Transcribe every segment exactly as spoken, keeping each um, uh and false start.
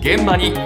現場に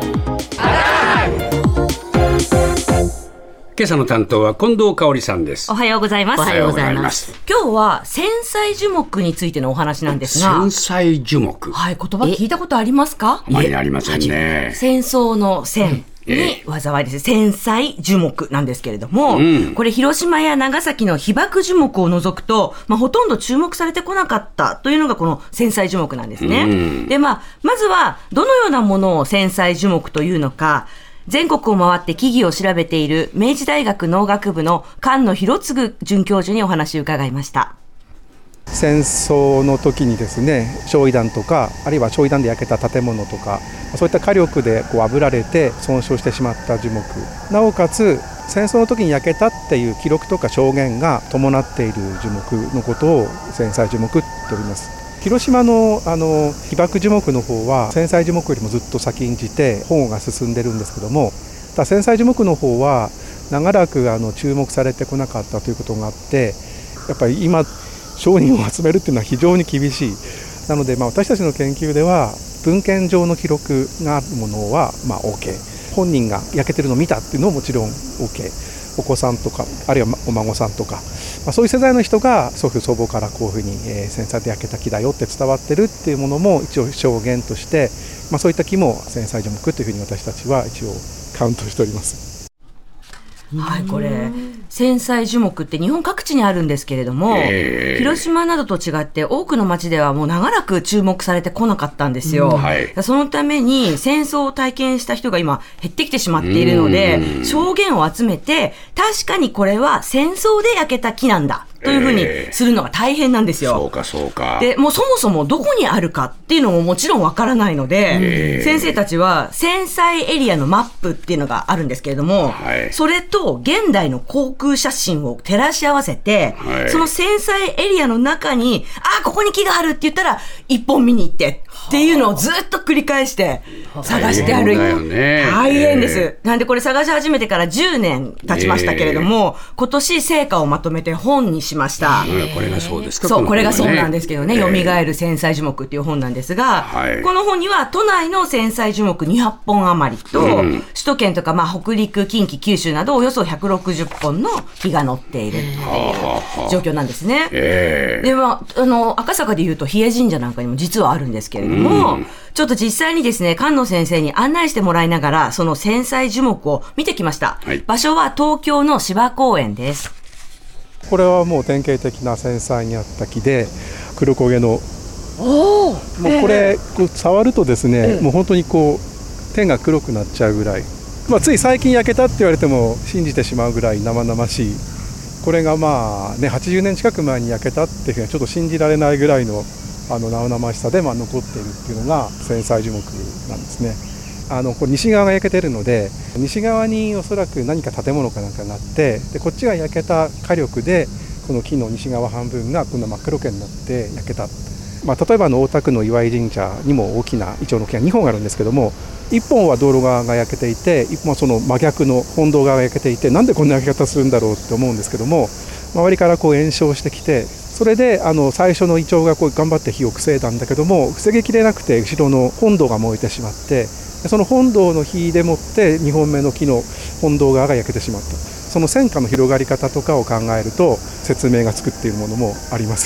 今朝の担当は近藤香織さんです。 おはようございます。 おはようございます。 今日は繊細樹木についてのお話なんですが、 繊細樹木、 はい、言葉聞いたことありますか？ あまりありませんね。 戦争の戦に災いです。繊細樹木なんですけれども、うん、これ広島や長崎の被爆樹木を除くと、まあ、ほとんど注目されてこなかったというのがこの繊細樹木なんですね。うん、で、まあ、まずはどのようなものを繊細樹木というのか、全国を回って木々を調べている明治大学農学部の菅野博次准教授にお話を伺いました。 戦争の時にですね、焼夷弾とか、あるいは焼夷弾で焼けた建物とか、そういった火力でこう炙られて損傷してしまった樹木、なおかつ戦争の時に焼けたっていう記録とか証言が伴っている樹木のことを繊細樹木って呼びます。広島のあの被爆樹木の方は繊細樹木よりもずっと先んじて保護が進んでるんですけども、ただ繊細樹木の方は長らくあの注目されてこなかったということがあって、やっぱり今証人を集めるっていうのは非常に厳しい。なので、まあ、私たちの研究では文献上の記録があるものはまあ OK、 本人が焼けてるのを見たっていうのももちろん OK、お子さんとかあるいはお孫さんとか、まあ、そういう世代の人が祖父祖母からこういうふうに、えー、繊細で焼けた木だよって伝わってるっていうものも一応証言として、まあ、そういった木も繊細樹木というふうに私たちは一応カウントしております。 はい、これ繊細樹木って日本各地にあるんですけれども、えー、広島などと違って多くの町ではもう長らく注目されてこなかったんですよ、うんはい、そのために戦争を体験した人が今減ってきてしまっているので、証言を集めて確かにこれは戦争で焼けた木なんだというふうにするのが大変なんですよ、 えー、そうかそうか。 でもうそもそもどこにあるかっていうのももちろんわからないので、えー、先生たちは繊細エリアのマップっていうのがあるんですけれども、はい、それと現代の航空写真を照らし合わせて、はい、その繊細エリアの中にあここに木があるって言ったら一本見に行ってっていうのをずっと繰り返して探して歩いて、大変だよね。大変です、えー、なんでこれ探し始めてからじゅうねん経ちましたけれども、えー、今年成果をまとめて本にしました。 えー、これがそうですか。 そう、これがそうなんですけどね、えー、蘇る繊細樹木っていう本なんですが、はい、この本には都内の繊細樹木にひゃっぽん余りと、うん、首都圏とか、まあ、北陸近畿九州などおよそひゃくろくじゅっぽんの木が載っているっていう状況なんですね、えー、ではあの赤坂でいうと日枝神社なんかにも実はあるんですけれども、うん、ちょっと実際にですね菅野先生に案内してもらいながらその繊細樹木を見てきました、はい、場所は東京の芝公園です。 これはもう典型的な繊細にあった木で黒焦げのおもうこれ、えー、こう触るとですね、えー、もう本当にこう手が黒くなっちゃうぐらい、まあ、つい最近焼けたって言われても信じてしまうぐらい生々しい、これがまあねはちじゅうねん近く前に焼けたっていうふうにちょっと信じられないぐらいのあの生々しさでまあ残っているっていうのが繊細樹木なんですね。あのこれ西側が焼けてるので西側におそらく何か建物かなんかがあってでこっちが焼けた火力でこの木の西側半分が今度真っ黒けになって焼けた、まあ、例えばの大田区の岩井神社にも大きなイチョウの木がにほんあるんですけどもいっぽんは道路側が焼けていていっぽんはその真逆の本堂側が焼けていてなんでこんな焼け方するんだろうって思うんですけども周りからこう延焼してきてそれであの最初のイチョウがこう頑張って火を防いだんだけども防ぎきれなくて後ろの本堂が燃えてしまってその本堂の火でもってにほんめの木の本堂側が焼けてしまった。その戦火の広がり方とかを考えると説明がつくっているものもあります。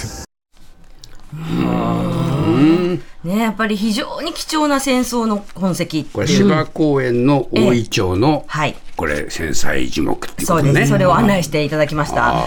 うんね、やっぱり非常に貴重な戦争の痕跡。 これ芝公園の大イチョウの、えーはい、これ繊細樹木っていうことね。 そうです。それを案内していただきました。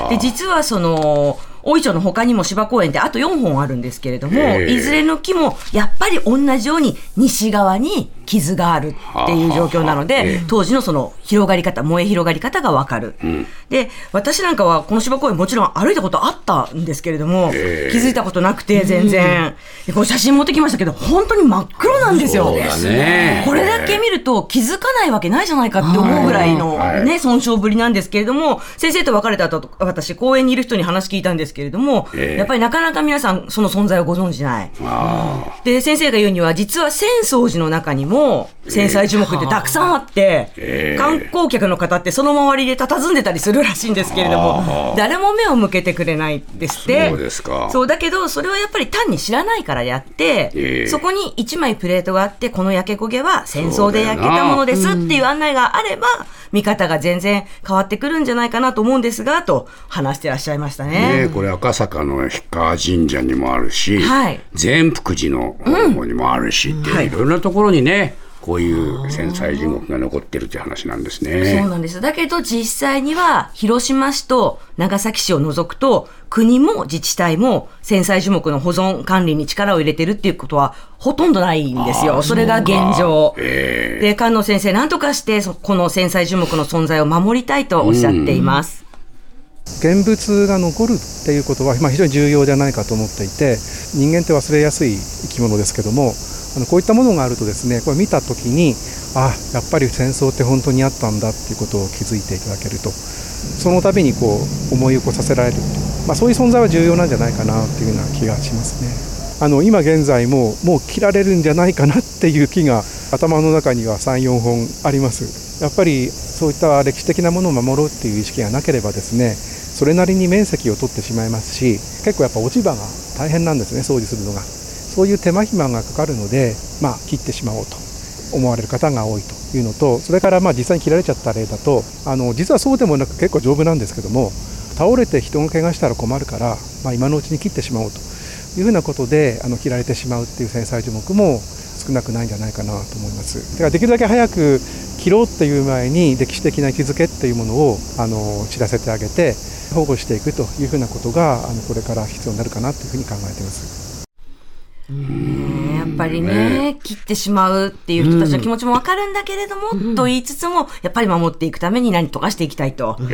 で実はその大イチョウの他にも芝公園であとよんほんあるんですけれども、えー、いずれの木もやっぱり同じように西側に傷があるっていう状況なので、はあはあえー、当時のその広がり方燃え広がり方が分かる、うん、で私なんかはこの芝公園もちろん歩いたことあったんですけれども、えー、気づいたことなくて全然、うん、こう写真持ってきましたけど本当に真っ黒なんですよ。 そうですね。 これだけ見ると気づかないわけないじゃないかって思うぐらいの、はいね、損傷ぶりなんですけれども先生と別れた後私公園にいる人に話聞いたんですけれども、えー、やっぱりなかなか皆さんその存在をご存じない。で先生が言うには実は浅草寺の中にもも戦災樹木ってたくさんあって、えー、観光客の方ってその周りで佇んでたりするらしいんですけれども、誰も目を向けてくれないですって。 そうですか。 そうだけどそれはやっぱり単に知らないからやって、えー、そこにいちまいプレートがあって、この焼け焦げは戦争で焼けたものですっていう案内があれば、見方が全然変わってくるんじゃないかなと思うんですが、と話してらっしゃいましたね。 ね、これ赤坂の氷川神社にもあるし、はい、善福寺の方にもあるし、うん、って、はい、いろんなところにね、こういう戦災樹木が残ってるという話なんですね。 そうなんです。だけど実際には広島市と長崎市を除くと、国も自治体も戦災樹木の保存管理に力を入れてるっていうことはほとんどないんですよ。それが現状、えー、で菅野先生何とかしてこの戦災樹木の存在を守りたいとおっしゃっています。 うん、現物が残るっていうことは、まあ、非常に重要じゃないかと思っていて、人間って忘れやすい生き物ですけども、あのこういったものがあるとですね、これ見たときに、あ、やっぱり戦争って本当にあったんだっていうことを気づいていただけると、その度にこう思い起こさせられると、まあ、そういう存在は重要なんじゃないかなっていうような気がしますね。あの今現在ももう切られるんじゃないかなっていう木が頭の中にはさん、よんほんあります。やっぱりそういった歴史的なものを守ろうっていう意識がなければですね、それなりに面積を取ってしまいますし、結構やっぱ落ち葉が大変なんですね、掃除するのが。そういう手間暇がかかるので、まあ、切ってしまおうと思われる方が多いというのと、それからまあ実際に切られちゃった例だと、あの実はそうでもなく結構丈夫なんですけども、倒れて人が怪我したら困るから、まあ、今のうちに切ってしまおうというふうなことであの切られてしまうっていう戦災樹木も少なくないんじゃないかなと思います。だからできるだけ早く切ろうっていう前に歴史的な位置づけっていうものをあの知らせてあげて保護していくというふうなことがあのこれから必要になるかなというふうに考えています。 ね、やっぱりね、ね、切ってしまうっていう人たちの気持ちも分かるんだけれども、うん、と言いつつもやっぱり守っていくために何とかしていきたいと、うん、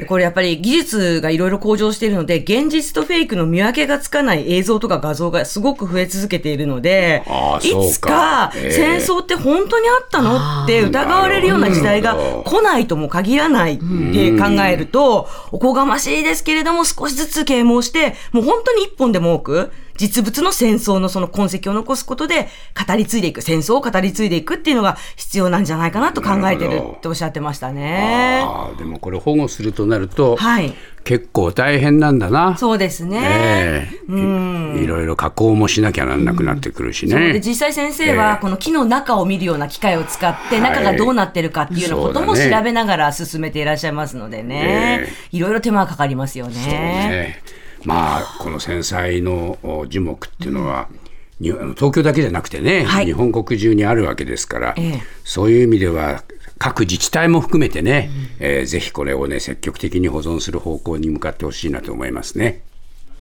これやっぱり技術がいろいろ向上しているので、現実とフェイクの見分けがつかない映像とか画像がすごく増え続けているので、いつか戦争って本当にあったのって疑われるような時代が来ないとも限らないって考えると、おこがましいですけれども、少しずつ啓蒙してもう本当に一本でも多く実物の戦争のその痕跡を残すことで語り継いでいく、戦争を語り継いでいくっていうのが必要なんじゃないかなと考えてるっておっしゃってましたね。 あ、でもこれ保護するとなると、はい、結構大変なんだな。 そうですね、 えー、うん、いろいろ加工もしなきゃなんなくなってくるしね、うん、そうで実際先生はこの木の中を見るような機械を使って中がどうなってるかっていうようなことも調べながら進めていらっしゃいますのでね、えー、いろいろ手間がかかりますよね。 そうね、まあ、この戦災の樹木っていうのは、うん、東京だけじゃなくてね、はい、日本国中にあるわけですから、ええ、そういう意味では各自治体も含めてね、うん、えー、ぜひこれをね積極的に保存する方向に向かってほしいなと思いますね。